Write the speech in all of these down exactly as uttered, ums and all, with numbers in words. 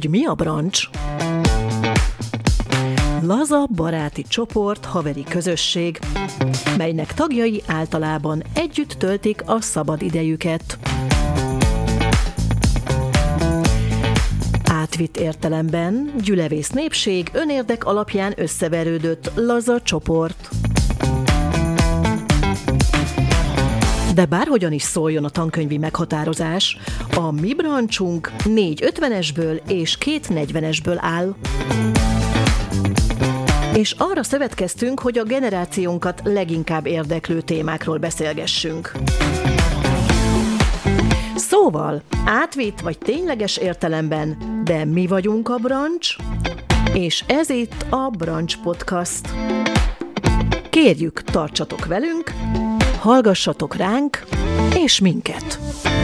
hogy mi a brancs? Laza, baráti csoport, haveri közösség, melynek tagjai általában együtt töltik a szabad idejüket. Átvitt értelemben gyülevész népség önérdek alapján összeverődött laza csoport. De bárhogyan is szóljon a tankönyvi meghatározás, a mi brancsunk négy ötvenesből és két negyvenesből áll. És arra szövetkeztünk, hogy a generációnkat leginkább érdeklő témákról beszélgessünk. Szóval, átvitt vagy tényleges értelemben, de mi vagyunk a brancs, és ez itt a Brancs Podcast. Kérjük, tartsatok velünk, hallgassatok ránk, és minket!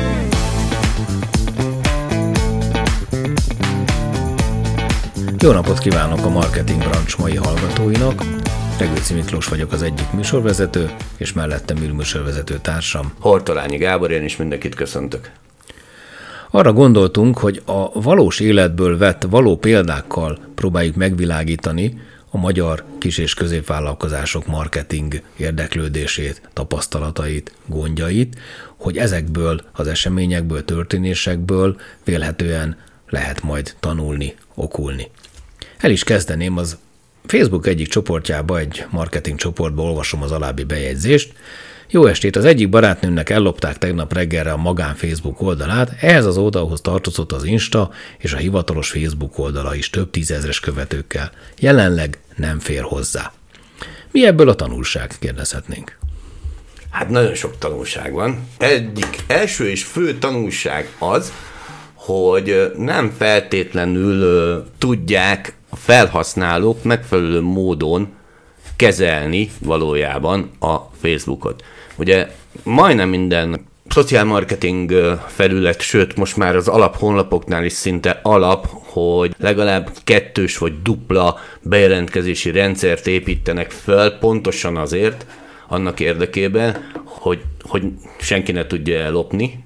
Jó napot kívánok a Marketing Brancs mai hallgatóinak! Regőci Miklós vagyok, az egyik műsorvezető, és mellettem ül műsorvezető társam. Hortolányi Gábor, én is mindenkit köszöntök. Arra gondoltunk, hogy a valós életből vett való példákkal próbáljuk megvilágítani a magyar kis- és középvállalkozások marketing érdeklődését, tapasztalatait, gondjait, hogy ezekből az eseményekből, történésekből vélhetően lehet majd tanulni, okulni. El is kezdeném az Facebook egyik csoportjába, egy marketing csoportba olvasom az alábbi bejegyzést. Jó estét, az egyik barátnőmnek ellopták tegnap reggelre a magán Facebook oldalát, ehhez az oldalhoz tartozott az Insta és a hivatalos Facebook oldala is több tízezres követőkkel. Jelenleg nem fér hozzá. Mi ebből a tanulság, kérdezhetnénk? Hát nagyon sok tanulság van. Egyik első és fő tanulság az, hogy nem feltétlenül uh, tudják a felhasználók megfelelő módon kezelni valójában a Facebookot. Ugye majdnem minden social marketing felület, sőt most már az alaphonlapoknál is szinte alap, hogy legalább kettős vagy dupla bejelentkezési rendszert építenek fel, pontosan azért, annak érdekében, hogy, hogy senki ne tudja ellopni.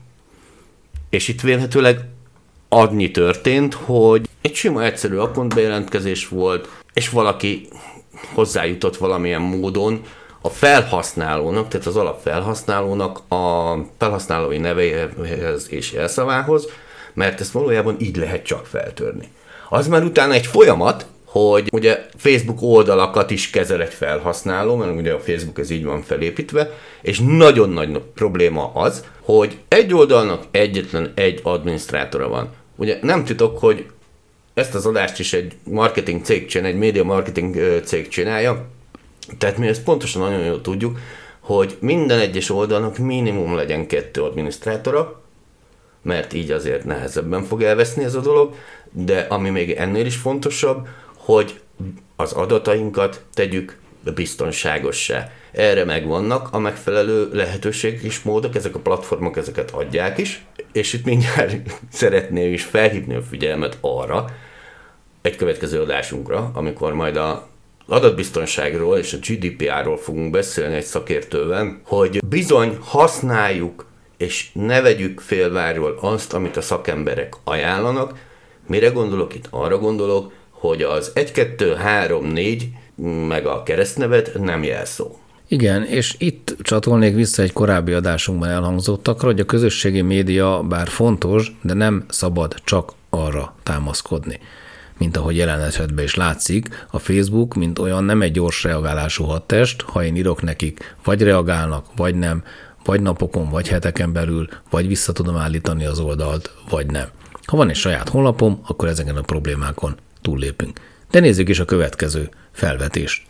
És itt vélhetőleg annyi történt, hogy egy sima egyszerű account bejelentkezés volt, és valaki hozzájutott valamilyen módon a felhasználónak, tehát az alapfelhasználónak a felhasználói nevéhez és jelszavához, mert ezt valójában így lehet csak feltörni. Az már utána egy folyamat, hogy ugye Facebook oldalakat is kezel egy felhasználó, mert ugye a Facebook ez így van felépítve, és nagyon nagy probléma az, hogy egy oldalnak egyetlen egy adminisztrátora van. Ugye nem titok, hogy ezt az adást is egy marketing cég csinál, egy média marketing cég csinálja, tehát mi ezt pontosan nagyon jól tudjuk, hogy minden egyes oldalnak minimum legyen kettő adminisztrátora, mert így azért nehezebben fog elveszni ez a dolog, de ami még ennél is fontosabb, hogy az adatainkat tegyük biztonságossá. Erre megvannak a megfelelő lehetőségek és módok, ezek a platformok ezeket adják is, és itt mindjárt szeretném is felhívni a figyelmet arra, egy következő adásunkra, amikor majd a adatbiztonságról és a gé dé pé er-ról fogunk beszélni egy szakértővel, hogy bizony használjuk és ne vegyük félváról azt, amit a szakemberek ajánlanak. Mire gondolok? Itt arra gondolok, hogy az egy, kettő, három, négy meg a keresztnevet nem jelszó. Igen, és itt csatolnék vissza egy korábbi adásunkban elhangzottakra, hogy a közösségi média bár fontos, de nem szabad csak arra támaszkodni. Mint ahogy jelen esetben is látszik, a Facebook, mint olyan, nem egy gyors reagálású hadtest, ha én írok nekik, vagy reagálnak, vagy nem, vagy napokon, vagy heteken belül, vagy vissza tudom állítani az oldalt, vagy nem. Ha van egy saját honlapom, akkor ezeken a problémákon túllépünk. De nézzük is a következő felvetést.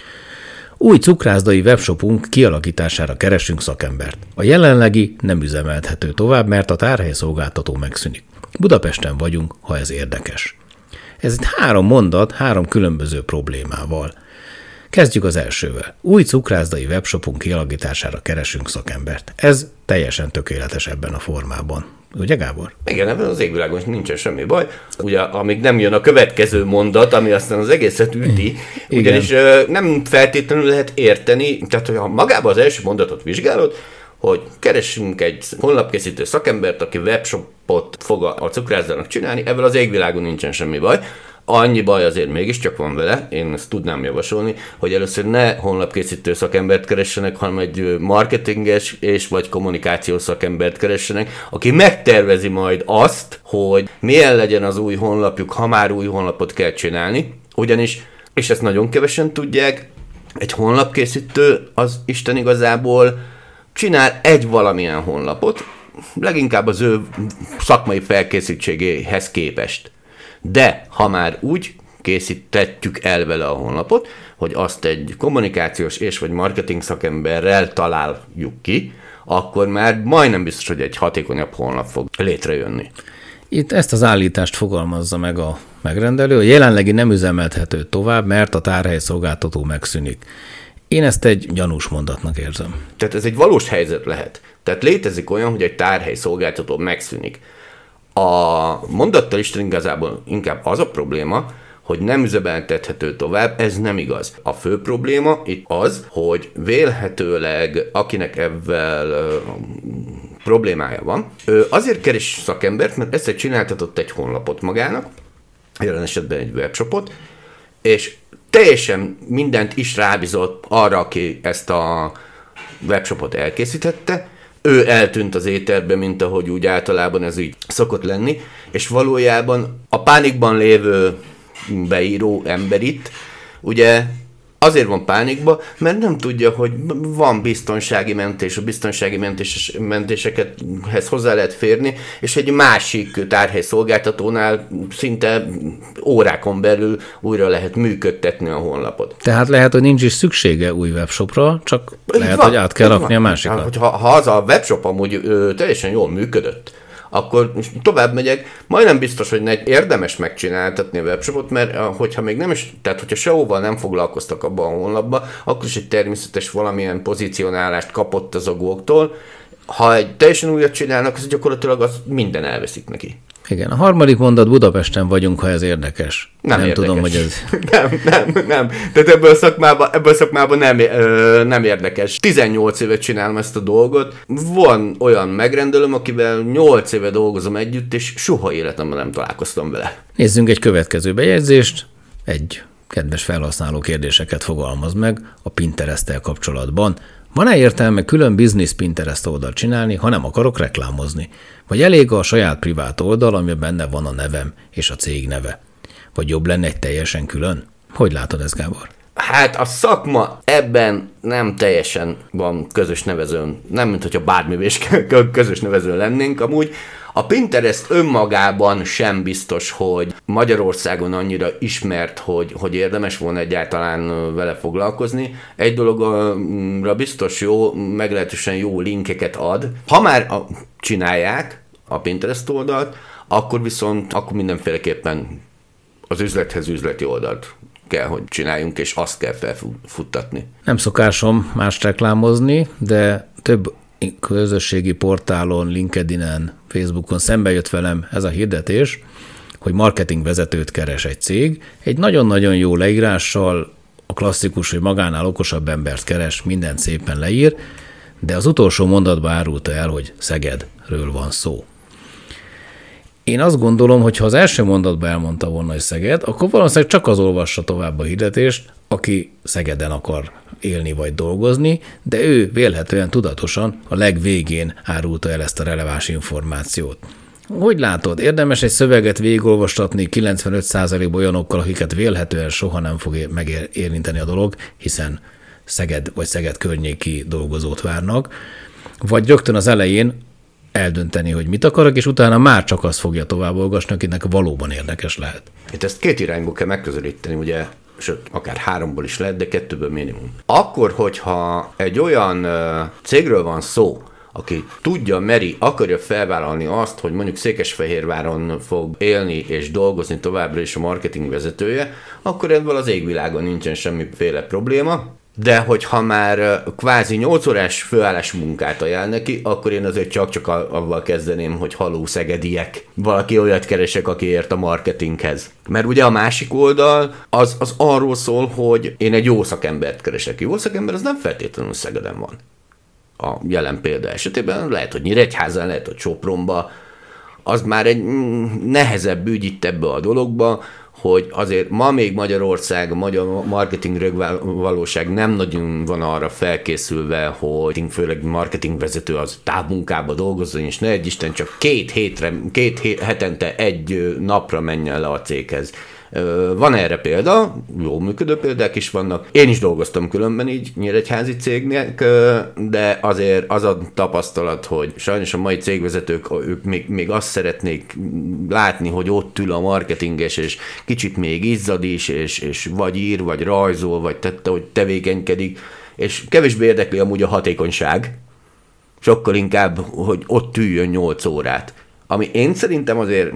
Új cukrászdai webshopunk kialakítására keresünk szakembert. A jelenlegi nem üzemelthető tovább, mert a tárhely szolgáltató megszűnik. Budapesten vagyunk, ha ez érdekes. Ez itt három mondat, három különböző problémával. Kezdjük az elsővel. Új cukrászdai webshopunk kialakítására keresünk szakembert. Ez teljesen tökéletes ebben a formában. Ugye, Gábor? Igen, ebben az égvilágon nincsen semmi baj. Ugye, amíg nem jön a következő mondat, ami aztán az egészet üti, ugyanis ö, nem feltétlenül lehet érteni, tehát hogyha magában az első mondatot vizsgálod, hogy keressünk egy honlapkészítő szakembert, aki webshopot fog a cukrászdának csinálni, ebből az égvilágon nincsen semmi baj. Annyi baj azért mégiscsak van vele, én ezt tudnám javasolni, hogy először ne honlapkészítő szakembert keressenek, hanem egy marketinges és vagy kommunikációs szakembert keressenek, aki megtervezi majd azt, hogy milyen legyen az új honlapjuk, ha már új honlapot kell csinálni. Ugyanis, és ezt nagyon kevesen tudják, egy honlapkészítő az Isten igazából csinál egy valamilyen honlapot, leginkább az ő szakmai felkészültségéhez képest. De ha már úgy készítettük el vele a honlapot, hogy azt egy kommunikációs és vagy marketing szakemberrel találjuk ki, akkor már majdnem biztos, hogy egy hatékonyabb honlap fog létrejönni. Itt ezt az állítást fogalmazza meg a megrendelő, a jelenlegi nem üzemeltethető tovább, mert a tárhely szolgáltató megszűnik. Én ezt egy gyanús mondatnak érzem. Tehát ez egy valós helyzet lehet. Tehát létezik olyan, hogy egy tárhely szolgáltató megszűnik. A mondattal Isten igazából inkább az a probléma, hogy nem üzemeltethető tovább, ez nem igaz. A fő probléma itt az, hogy vélhetőleg akinek ebben problémája van, ő azért keres szakembert, mert egyszer csináltatott egy honlapot magának, jelen esetben egy webshopot, és teljesen mindent is rábízott arra, aki ezt a webshopot elkészítette, ő eltűnt az éterbe, mint ahogy úgy általában ez így szokott lenni, és valójában a pánikban lévő beíró ember itt, ugye azért van pánikba, mert nem tudja, hogy van biztonsági mentés, a biztonsági mentés, mentésekhez hozzá lehet férni, és egy másik tárhely szolgáltatónál szinte órákon belül újra lehet működtetni a honlapot. Tehát lehet, hogy nincs is szüksége új webshopra, csak lehet, van, hogy át kell rakni a másikat. Ha, ha az a webshop amúgy ö, teljesen jól működött, akkor tovább megyek, majdnem biztos, hogy ne érdemes megcsináltatni a webshopot, mert hogyha még nem is, tehát hogyha es e o-val nem foglalkoztak abban a honlapban, akkor is egy természetes valamilyen pozícionálást kapott az agóktól. Ha egy teljesen újat csinálnak, az gyakorlatilag az minden elveszik neki. Igen, a harmadik mondat, Budapesten vagyunk, ha ez érdekes. Nem, nem érdekes. tudom, hogy ez... nem, nem, nem. Tehát ebből a szakmában, ebből a szakmában nem, ö, nem érdekes. tizennyolc évet csinálom ezt a dolgot. Van olyan megrendelőm, akivel nyolc éve dolgozom együtt, és soha életemben nem találkoztam vele. Nézzünk egy következő bejegyzést. Egy kedves felhasználó kérdéseket fogalmaz meg a Pinterest-tel kapcsolatban. Van-e értelme külön business Pinterest oldalt csinálni, ha nem akarok reklámozni? Vagy elég a saját privát oldal, amiben benne van a nevem és a cég neve? Vagy jobb lenne egy teljesen külön? Hogy látod ezt, Gábor? Hát a szakma ebben nem teljesen van közös nevezőn. Nem, mint hogyha bármivel is közös nevezőn lennénk amúgy. A Pinterest önmagában sem biztos, hogy Magyarországon annyira ismert, hogy, hogy érdemes volna egyáltalán vele foglalkozni. Egy dologra biztos jó, meglehetősen jó linkeket ad. Ha már a, csinálják a Pinterest oldalt, akkor viszont akkor mindenféleképpen az üzlethez üzleti oldalt kell, hogy csináljunk, és azt kell felfuttatni. Nem szokásom mást reklámozni, de több közösségi portálon, LinkedIn-en, Facebookon szembe jött velem ez a hirdetés, hogy marketingvezetőt keres egy cég, egy nagyon-nagyon jó leírással, a klasszikus, hogy magánál okosabb embert keres, mindent szépen leír, de az utolsó mondatban árulta el, hogy Szegedről van szó. Én azt gondolom, hogy ha az első mondatban elmondta volna, hogy Szeged, akkor valószínűleg csak az olvassa tovább a hirdetést, aki Szegeden akar élni vagy dolgozni, de ő vélhetően tudatosan a legvégén árulta el ezt a releváns információt. Hogy látod, érdemes egy szöveget végigolvastatni kilencvenöt százalékban olyanokkal, akiket vélhetően soha nem fog megérinteni a dolog, hiszen Szeged vagy Szeged környéki dolgozót várnak, vagy rögtön az elején eldönteni, hogy mit akarok, és utána már csak azt fogja tovább olvasni, akinek valóban érdekes lehet. Itt ezt két irányból kell megközelíteni, ugye, sőt, akár háromból is lehet, de kettőből minimum. Akkor, hogyha egy olyan uh, cégről van szó, aki tudja, meri, akarja felvállalni azt, hogy mondjuk Székesfehérváron fog élni és dolgozni továbbra is a marketing vezetője, akkor ebből az égvilágon nincsen semmiféle probléma. De hogyha már kvázi nyolc órás főállás munkát ajánl neki, akkor én azért csak-csak avval kezdeném, hogy haló szegediek. Valaki olyat keresek, aki ért a marketinghez. Mert ugye a másik oldal az, az arról szól, hogy én egy jó szakembert keresek. Jó szakember az nem feltétlenül Szegeden van. a jelen példa esetében, lehet, hogy Nyíregyházán, lehet, hogy Sopronba, az már egy nehezebb ügy itt ebbe a dologba, hogy azért ma még Magyarország, a magyar marketing rögvalóság nem nagyon van arra felkészülve, hogy főleg marketingvezető az távmunkába dolgozzon, és ne egy Isten csak két hétre, két hét, hetente egy napra menjen le a céghez. Van erre példa, jó működő példák is vannak. Én is dolgoztam különben így nyíregyházi cégnek, de azért az a tapasztalat, hogy sajnos a mai cégvezetők ők még, még azt szeretnék látni, hogy ott ül a marketinges, és kicsit még izzad is, és, és vagy ír, vagy rajzol, vagy tette, hogy tevékenykedik, és kevésbé érdekli amúgy a hatékonyság, sokkal inkább, hogy ott üljön nyolc órát. Ami én szerintem azért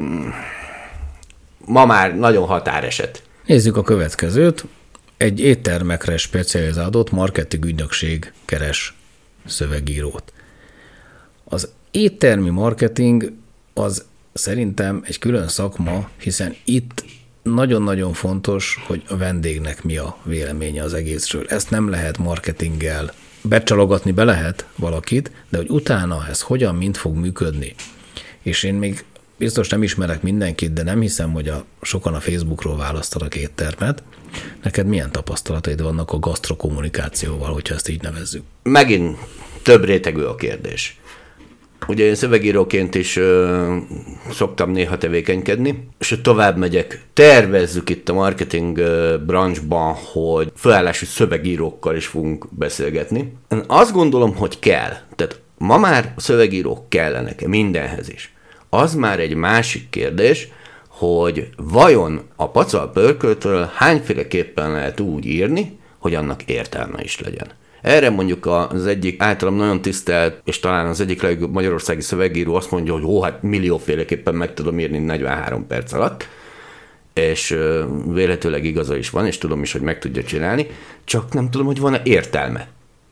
ma már nagyon határeset. Nézzük a következőt. Egy éttermekre specializálódott marketing ügynökség keres szövegírót. Az éttermi marketing az szerintem egy külön szakma, hiszen itt nagyon-nagyon fontos, hogy a vendégnek mi a véleménye az egészről. Ezt nem lehet marketinggel becsalogatni, be lehet valakit, de hogy utána ez hogyan, mind fog működni. És én még biztos nem ismerek mindenkit, de nem hiszem, hogy a, sokan a Facebookról választanak éttermet. Neked milyen tapasztalataid vannak a gasztrokommunikációval, hogyha ezt így nevezzük? Megint több rétegű a kérdés. Ugye én szövegíróként is ö, szoktam néha tevékenykedni, és tovább megyek. Tervezzük itt a marketing ö, branchban, hogy felállású szövegírókkal is fogunk beszélgetni. Én azt gondolom, hogy kell. Tehát ma már szövegírók kellenek mindenhez is. Az már egy másik kérdés, hogy vajon a pacal pörköltől hányféleképpen lehet úgy írni, hogy annak értelme is legyen. Erre mondjuk az egyik általam nagyon tisztelt, és talán az egyik legjobb magyarországi szövegíró azt mondja, hogy ó, hát millióféleképpen meg tudom írni negyvenhárom perc alatt, és véletőleg igaza is van, és tudom is, hogy meg tudja csinálni, csak nem tudom, hogy van-e értelme.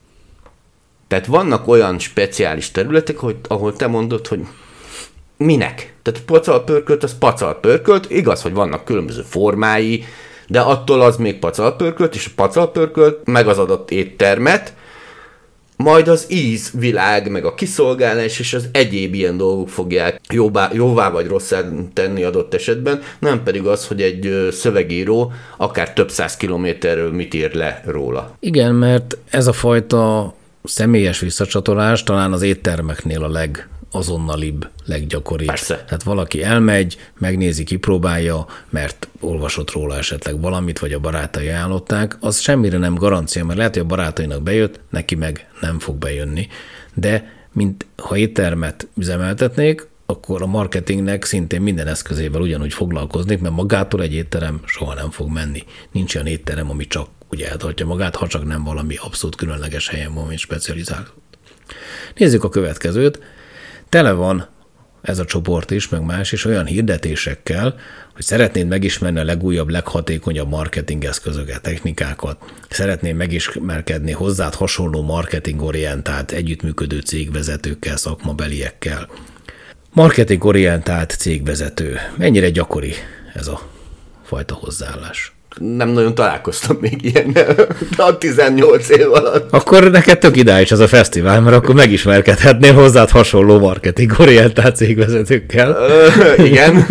Tehát vannak olyan speciális területek, hogy, ahol te mondod, hogy minek? Tehát pacalpörkölt, az pacalpörkölt, igaz, hogy vannak különböző formái, de attól az még pacalpörkölt, és a pacalpörkölt meg az adott éttermet, majd az ízvilág, meg a kiszolgálás és az egyéb ilyen dolgok fogják jóvá, jóvá vagy rosszá tenni adott esetben, nem pedig az, hogy egy szövegíró akár több száz kilométerről mit ír le róla. Igen, mert ez a fajta személyes visszacsatolás talán az éttermeknél a leg azonnalibb, leggyakoribb. Persze. Tehát valaki elmegy, megnézi, kipróbálja, mert olvasott róla esetleg valamit, vagy a barátai ajánlották, az semmire nem garancia, mert lehet, hogy a barátainak bejött, neki meg nem fog bejönni. De mint ha éttermet üzemeltetnék, akkor a marketingnek szintén minden eszközével ugyanúgy foglalkoznék, mert magától egy étterem soha nem fog menni. Nincs olyan étterem, ami csak úgy eltartja magát, ha csak nem valami abszolút különleges helyen van, mint specializált. Nézzük a következőt. Tele van ez a csoport is, meg más is olyan hirdetésekkel, hogy szeretnéd megismerni a legújabb, leghatékonyabb marketing eszközöket, technikákat, szeretnéd megismerkedni hozzád hasonló marketingorientált, együttműködő cégvezetőkkel, szakmabeliekkel. Marketingorientált cégvezető. Mennyire gyakori ez a fajta hozzáállás? Nem nagyon találkoztam még ilyennel a tizennyolc év alatt. Akkor neked tök ideális ez a fesztivál, mert akkor megismerkedhetnél hozzád hasonló marketingorientált cégvezetőkkel. Ö, igen.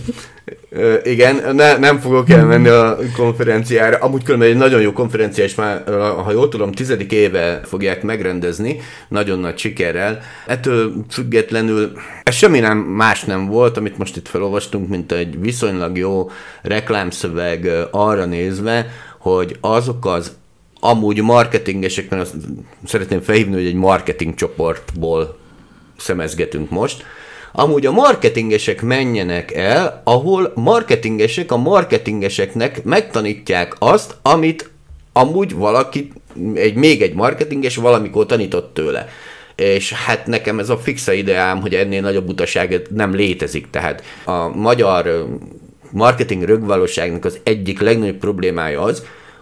Ö, igen, ne, nem fogok elmenni a konferenciára. Amúgy különben egy nagyon jó konferencia, és már, ha jól tudom, tizedik éve fogják megrendezni, nagyon nagy sikerrel. Ettől függetlenül ez semmi nem más nem volt, amit most itt felolvastunk, mint egy viszonylag jó reklámszöveg arra nézve, hogy azok az amúgy marketingesek, mert azt szeretném felhívni, hogy egy marketing csoportból szemezgetünk most, amúgy a marketingesek menjenek el, ahol marketingesek a marketingeseknek megtanítják azt, amit amúgy valaki, egy, még egy marketinges valamikor tanított tőle. És hát nekem ez a fixa ideám, hogy ennél nagyobb utaság nem létezik. Tehát a magyar marketing rögvalóságnak az egyik legnagyobb problémája az,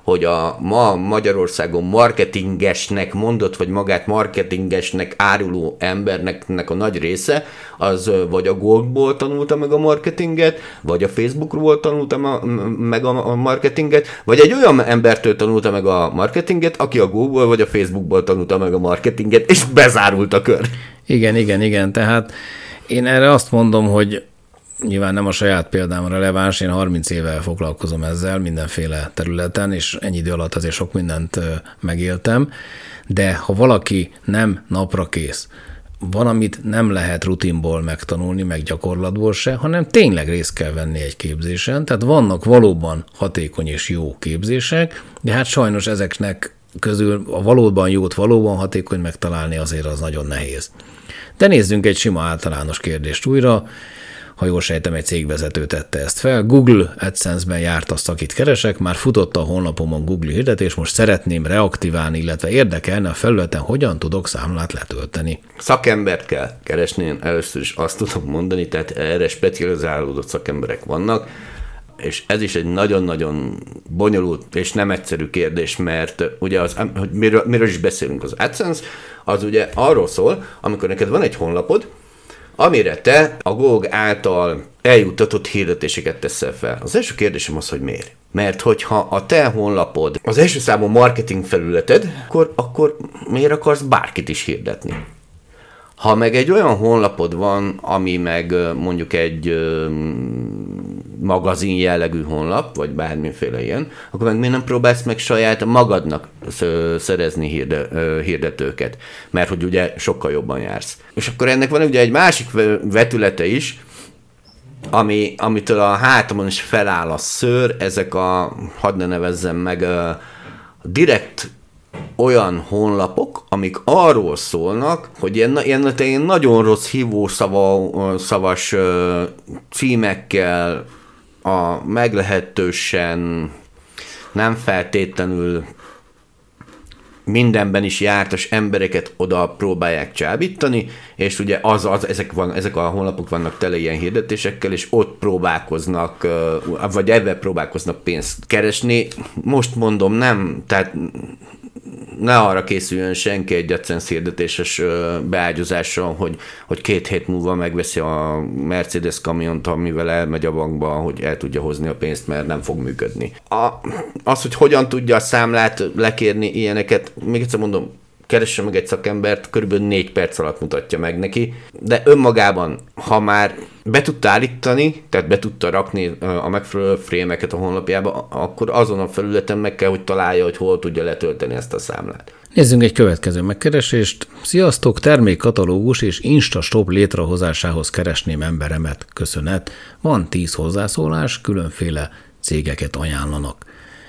hogy a ma Magyarországon marketingesnek mondott, vagy magát marketingesnek áruló embernek a nagy része, az vagy a Googleból tanulta meg a marketinget, vagy a Facebookról tanulta meg a marketinget, vagy egy olyan embertől tanulta meg a marketinget, aki a Google vagy a Facebookból tanulta meg a marketinget, és bezárult a kör. Igen, igen, igen. Tehát én erre azt mondom, hogy nyilván nem a saját példám releváns, én harminc éve foglalkozom ezzel mindenféle területen, és ennyi idő alatt azért sok mindent megéltem, de ha valaki nem napra kész, van, amit nem lehet rutinból megtanulni, meg gyakorlatból se, hanem tényleg részt kell venni egy képzésen, tehát vannak valóban hatékony és jó képzések, de hát sajnos ezeknek közül a valóban jót, valóban hatékony megtalálni azért az nagyon nehéz. De nézzünk egy sima általános kérdést újra. Ha jól sejtem, egy cégvezető tette ezt fel. Google AdSense-ben járt azt, akit keresek, már futott a honlapomon Google hirdetés, most szeretném reaktiválni, illetve érdekelne a felületen, hogyan tudok számlát letölteni. Szakembert kell keresni, én először is azt tudom mondani, tehát erre specializálódott szakemberek vannak, és ez is egy nagyon-nagyon bonyolult és nem egyszerű kérdés, mert ugye az, hogy miről, miről is beszélünk, az AdSense, az ugye arról szól, amikor neked van egy honlapod, amire te a Google által eljuttatott hirdetéseket teszel fel. Az első kérdésem az, hogy miért? Mert hogyha a te honlapod az első számú marketing felületed, akkor, akkor miért akarsz bárkit is hirdetni? Ha meg egy olyan honlapod van, ami meg mondjuk egy magazin jellegű honlap, vagy bármiféle ilyen, akkor meg miért nem próbálsz meg saját magadnak szerezni hirde, hirdetőket? Mert hogy ugye sokkal jobban jársz. És akkor ennek van ugye egy másik vetülete is, ami, amitől a hátamon is feláll a szőr, ezek a, hadd ne nevezzem meg, a direkt olyan honlapok, amik arról szólnak, hogy ilyen, ilyen, ilyen nagyon rossz hívószava, szavas címekkel a meglehetősen nem feltétlenül mindenben is jártas embereket oda próbálják csábítani, és ugye az, az, ezek, van, ezek a honlapok vannak tele ilyen hirdetésekkel, és ott próbálkoznak, vagy ebben próbálkoznak pénzt keresni. Most mondom, nem, tehát ne arra készüljön senki egy AdSense hirdetéses beágyazással, hogy, hogy két hét múlva megveszi a Mercedes kamiont, amivel elmegy a bankba, hogy el tudja hozni a pénzt, mert nem fog működni. A, az, hogy hogyan tudja a számlát lekérni ilyeneket, még egyszer mondom, keresse meg egy szakembert, körülbelül négy perc alatt mutatja meg neki, de önmagában, ha már be tudta állítani, tehát be tudta rakni a megfelelő frémeket a honlapjába, akkor azon a felületen meg kell, hogy találja, hogy hol tudja letölteni ezt a számlát. Nézzünk egy következő megkeresést. Sziasztok, termékkatalógus és Instashop létrehozásához keresném emberemet. Köszönet. Van tíz hozzászólás, különféle cégeket ajánlanak.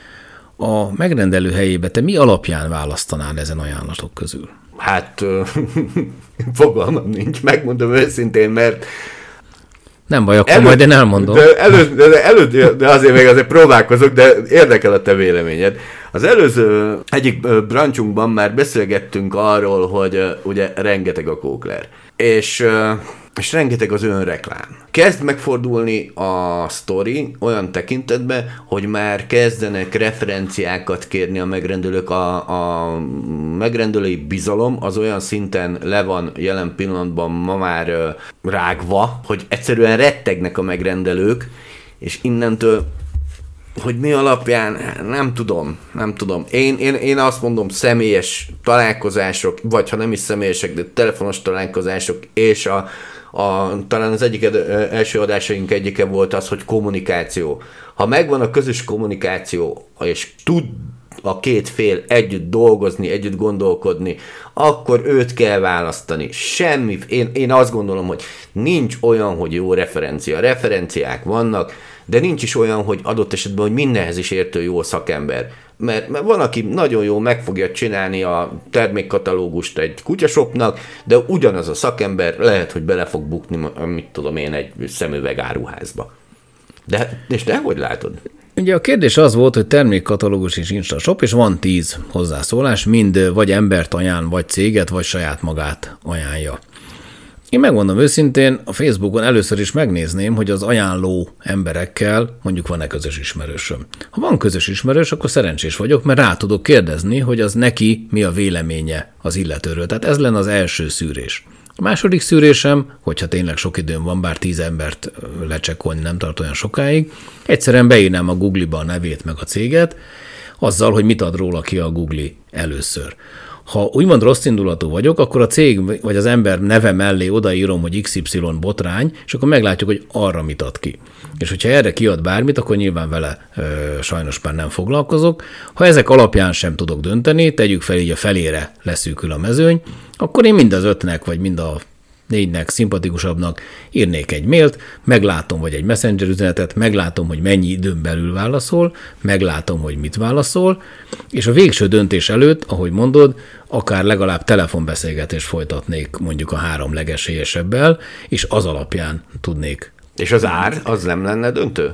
A megrendelő helyébe te mi alapján választanál ezen ajánlatok közül? Hát fogalmam nincs, megmondom őszintén, mert nem baj, akkor előtt, majd én elmondom. De, előtt, de, előtt, de azért még azért próbálkozok, de érdekel a te véleményed. Az előző egyik branchunkban már beszélgettünk arról, hogy ugye rengeteg a kókler. És, és rengeteg az önreklám. Kezd megfordulni a sztori olyan tekintetben, hogy már kezdenek referenciákat kérni a megrendelők, a, a megrendelői bizalom az olyan szinten le van jelen pillanatban ma már rágva, hogy egyszerűen rettegnek a megrendelők, és innentől hogy mi alapján, nem tudom, nem tudom. Én, én, én azt mondom, személyes találkozások, vagy ha nem is személyesek, de telefonos találkozások, és a, a, talán az egyik első adásaink egyike volt az, hogy kommunikáció. Ha megvan a közös kommunikáció, és tud a két fél együtt dolgozni, együtt gondolkodni, akkor őt kell választani. Semmi, én, én azt gondolom, hogy nincs olyan, hogy jó referencia. Referenciák vannak, de nincs is olyan, hogy adott esetben, hogy mindenhez is értő jó szakember. Mert, mert van, aki nagyon jó meg fogja csinálni a termékkatalógust egy kutyashopnak, de ugyanaz a szakember lehet, hogy bele fog bukni, mit tudom én, egy szemüveg áruházba. De, és te hogy látod? Ugye a kérdés az volt, hogy termékkatalógus és Instashop, és van tíz hozzászólás, mind vagy embert ajánl, vagy céget, vagy saját magát ajánlja. Én megmondom őszintén, a Facebookon először is megnézném, hogy az ajánló emberekkel mondjuk van-e közös ismerősöm. Ha van közös ismerős, akkor szerencsés vagyok, mert rá tudok kérdezni, hogy az neki mi a véleménye az illetőről. Tehát ez lenne az első szűrés. A második szűrésem, hogyha tényleg sok időm van, bár tíz embert lecsekkolni nem tart olyan sokáig, egyszerűen beírnám a Google-ba a nevét meg a céget, azzal, hogy mit ad róla ki a Google először. Ha úgymond rossz indulatú vagyok, akkor a cég vagy az ember neve mellé odaírom, hogy iksz ipszilon botrány, és akkor meglátjuk, hogy arra mit ad ki. És hogyha erre kiad bármit, akkor nyilván vele ö, sajnos már nem foglalkozok. Ha ezek alapján sem tudok dönteni, tegyük fel, így a felére leszűkül a mezőny, akkor én mind az ötnek, vagy mind a négynek, szimpatikusabbnak írnék egy mailt, meglátom, vagy egy messenger üzenetet, meglátom, hogy mennyi időn belül válaszol, meglátom, hogy mit válaszol, és a végső döntés előtt, ahogy mondod, akár legalább telefonbeszélgetést folytatnék mondjuk a három legesélyesebbel, és az alapján tudnék. És az ár, az nem lenne döntő?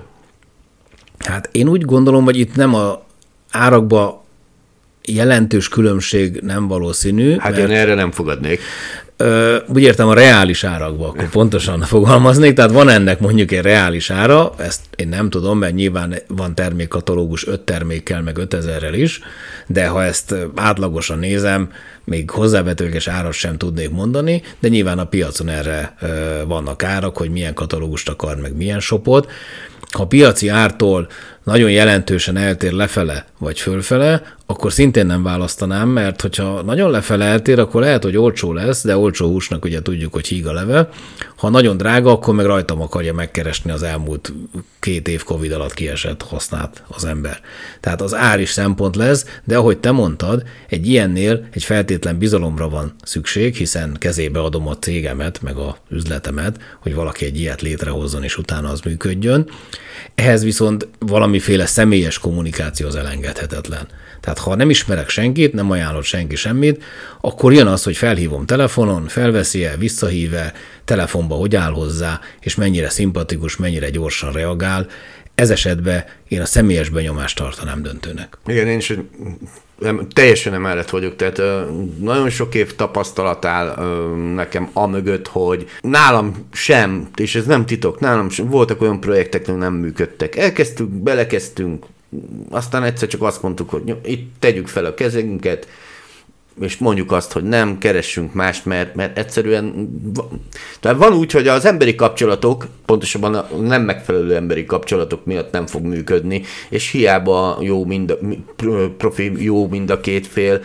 Hát én úgy gondolom, hogy itt nem a árakba jelentős különbség nem valószínű. Hát mert... én erre nem fogadnék. Ö, úgy értem a reális árakba, akkor pontosan fogalmaznék, tehát van ennek mondjuk egy reális ára, ezt én nem tudom, mert nyilván van termékkatalógus öt termékkel, meg ötezerrel is, de ha ezt átlagosan nézem, még hozzávetőleges árat sem tudnék mondani, de nyilván a piacon erre ö, vannak árak, hogy milyen katalógust akar, meg milyen shopot. Ha a piaci ártól nagyon jelentősen eltér lefele vagy fölfele, akkor szintén nem választanám, mert hogyha nagyon lefele eltér, akkor lehet, hogy olcsó lesz, de olcsó húsnak ugye tudjuk, hogy híg a leve. Ha nagyon drága, akkor meg rajtam akarja megkeresni az elmúlt két év Covid alatt kiesett hasznát az ember. Tehát az ár is szempont lesz, de ahogy te mondtad, egy ilyennél egy feltétlen bizalomra van szükség, hiszen kezébe adom a cégemet, meg a üzletemet, hogy valaki egy ilyet létrehozzon, és utána az működjön. Ehhez viszont valamiféle személyes kommunikáció az elengedhetetlen. Tehát ha nem ismerek senkit, nem ajánlott senki semmit, akkor jön az, hogy felhívom telefonon, felveszi-e, visszahív-e, telefonba hogy áll hozzá, és mennyire szimpatikus, mennyire gyorsan reagál. Ez esetben én a személyes benyomást tartanám döntőnek. Igen, én is nem, teljesen emellett vagyok, tehát nagyon sok év tapasztalat áll nekem amögött, hogy nálam sem, és ez nem titok, nálam sem, voltak olyan projektek, hogy nem működtek. Elkezdtünk, belekezdtünk, aztán egyszer csak azt mondtuk, hogy itt tegyük fel a kezünket, és mondjuk azt, hogy nem, keressünk mást, mert, mert egyszerűen tehát van úgy, hogy az emberi kapcsolatok, pontosabban a nem megfelelő emberi kapcsolatok miatt nem fog működni, és hiába jó mind a, profi, jó mind a két fél,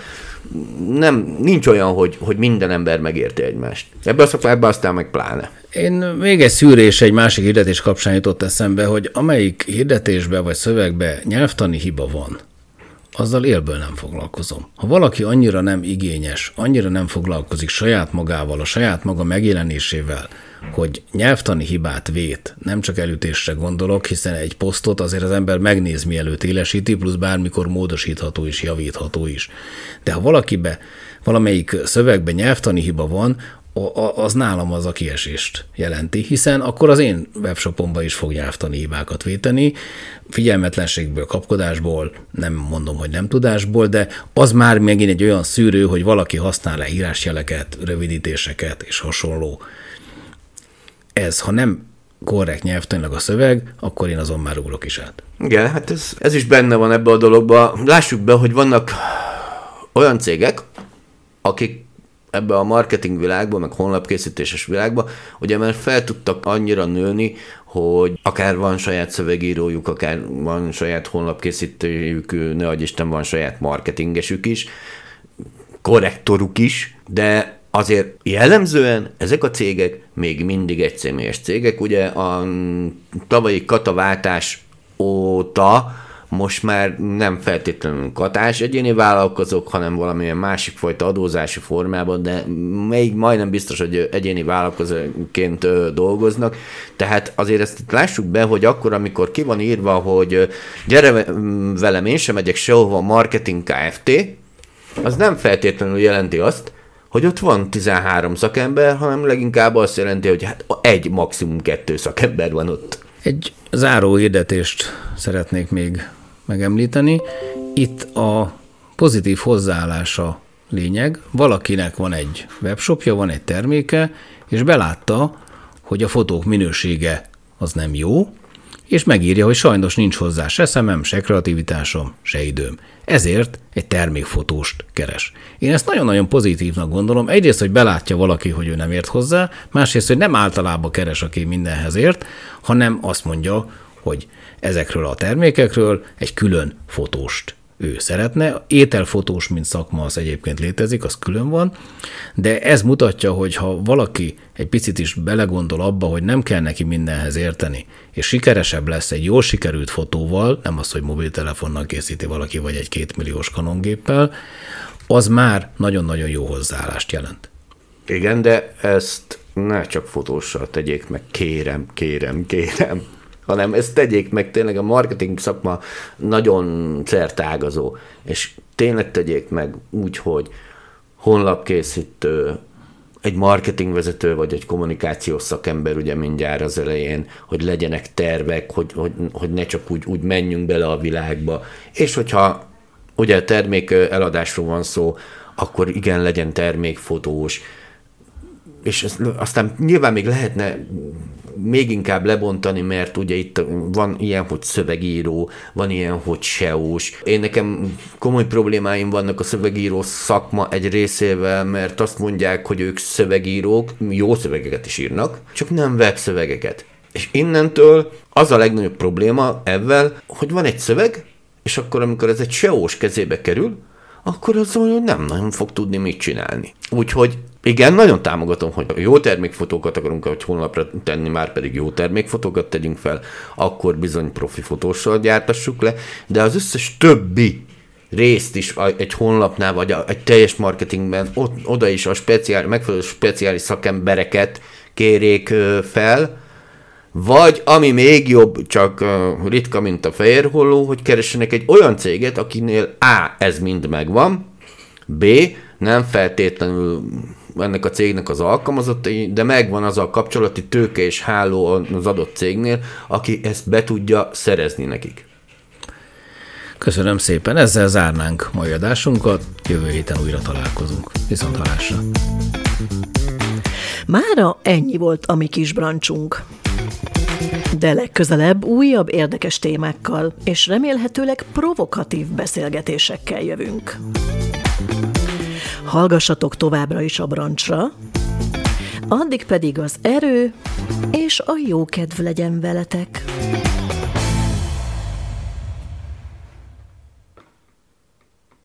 nem, nincs olyan, hogy, hogy minden ember megérti egymást. Ebben az, ebbe aztán meg pláne. Én még egy szűrés egy másik hirdetés kapcsán jutott eszembe, hogy amelyik hirdetésbe vagy szövegbe nyelvtani hiba van, azzal élből nem foglalkozom. Ha valaki annyira nem igényes, annyira nem foglalkozik saját magával, a saját maga megjelenésével, hogy nyelvtani hibát vét, nem csak elütésre gondolok, hiszen egy posztot azért az ember megnéz, mielőtt élesíti, plusz bármikor módosítható is, javítható is. De ha valakibe, valamelyik szövegben nyelvtani hiba van, az nálam az a kiesést jelenti, hiszen akkor az én webshopomban is fog nyelvtani hibákat véteni, figyelmetlenségből, kapkodásból, nem mondom, hogy nem tudásból, de az már megint egy olyan szűrő, hogy valaki használ-e írásjeleket, rövidítéseket és hasonló. Ez, ha nem korrekt nyelvtanilag a szöveg, akkor én azon már ugrok is át. Igen, hát ez, ez is benne van ebbe a dologba. Lássuk be, hogy vannak olyan cégek, akik ebbe a marketing világban, meg honlapkészítéses világban, ugye már fel tudtak annyira nőni, hogy akár van saját szövegírójuk, akár van saját honlapkészítőjük, ne adj Isten, van saját marketingesük is, korrektoruk is, de azért jellemzően ezek a cégek még mindig egyszemélyes cégek. Ugye a tavalyi kataváltás óta most már nem feltétlenül katás egyéni vállalkozók, hanem valamilyen másik fajta adózási formában, de még majdnem biztos, hogy egyéni vállalkozóként dolgoznak. Tehát azért ezt lássuk be, hogy akkor, amikor ki van írva, hogy gyere velem, én sem megyek sehova, Marketing Kft., az nem feltétlenül jelenti azt, hogy ott van tizenhárom szakember, hanem leginkább azt jelenti, hogy hát egy, maximum kettő szakember van ott. Egy záró hirdetést szeretnék még megemlíteni. Itt a pozitív hozzáállása lényeg, valakinek van egy webshopja, van egy terméke, és belátta, hogy a fotók minősége az nem jó, és megírja, hogy sajnos nincs hozzá se szemem, se kreativitásom, se időm. Ezért egy termékfotóst keres. Én ezt nagyon-nagyon pozitívnak gondolom. Egyrészt, hogy belátja valaki, hogy ő nem ért hozzá, másrészt, hogy nem általában keres, aki mindenhez ért, hanem azt mondja, hogy ezekről a termékekről egy külön fotóst ő szeretne. Ételfotós, mint szakma, az egyébként létezik, az külön van, de ez mutatja, hogy ha valaki egy picit is belegondol abba, hogy nem kell neki mindenhez érteni, és sikeresebb lesz egy jól sikerült fotóval, nem az, hogy mobiltelefonnal készíti valaki, vagy egy kétmilliós kanongéppel, az már nagyon-nagyon jó hozzáállást jelent. Igen, de ezt ne csak fotóssal tegyék meg, kérem, kérem, kérem, hanem ezt tegyék meg, tényleg a marketing szakma nagyon szertágazó, és tényleg tegyék meg úgy, hogy honlapkészítő, egy marketingvezető, vagy egy kommunikációs szakember ugye mindjárt az elején, hogy legyenek tervek, hogy, hogy, hogy ne csak úgy, úgy menjünk bele a világba, és hogyha ugye termék eladásról van szó, akkor igen, legyen termékfotós, és ez, aztán nyilván még lehetne még inkább lebontani, mert ugye itt van ilyen, hogy szövegíró, van ilyen, hogy es e ó-s. Én nekem komoly problémáim vannak a szövegíró szakma egy részével, mert azt mondják, hogy ők szövegírók, jó szövegeket is írnak, csak nem webszövegeket. És innentől az a legnagyobb probléma ebben, hogy van egy szöveg, és akkor amikor ez egy es e ó-s kezébe kerül, akkor azzal nem nagyon fog tudni mit csinálni. Úgyhogy igen, nagyon támogatom, hogy jó termékfotókat akarunk egy honlapra tenni, már pedig jó termékfotókat tegyünk fel, akkor bizony profi fotóssal gyártassuk le, de az összes többi részt is egy honlapnál, vagy egy teljes marketingben ott, oda is a speciális, megfelelő speciális szakembereket kérjék fel, vagy ami még jobb, csak ritka, mint a fehér holló, hogy keressenek egy olyan céget, akinél A, ez mind megvan, B, nem feltétlenül ennek a cégnek az alkalmazottai, de megvan az a kapcsolati tőke és háló az adott cégnél, aki ezt be tudja szerezni nekik. Köszönöm szépen, ezzel zárnánk mai adásunkat, jövő héten újra találkozunk. Viszont hallásra! Mára ennyi volt a mi kis brancsunk. De legközelebb újabb érdekes témákkal és remélhetőleg provokatív beszélgetésekkel jövünk. Hallgassatok továbbra is a brancsra, addig pedig az erő és a jókedv legyen veletek.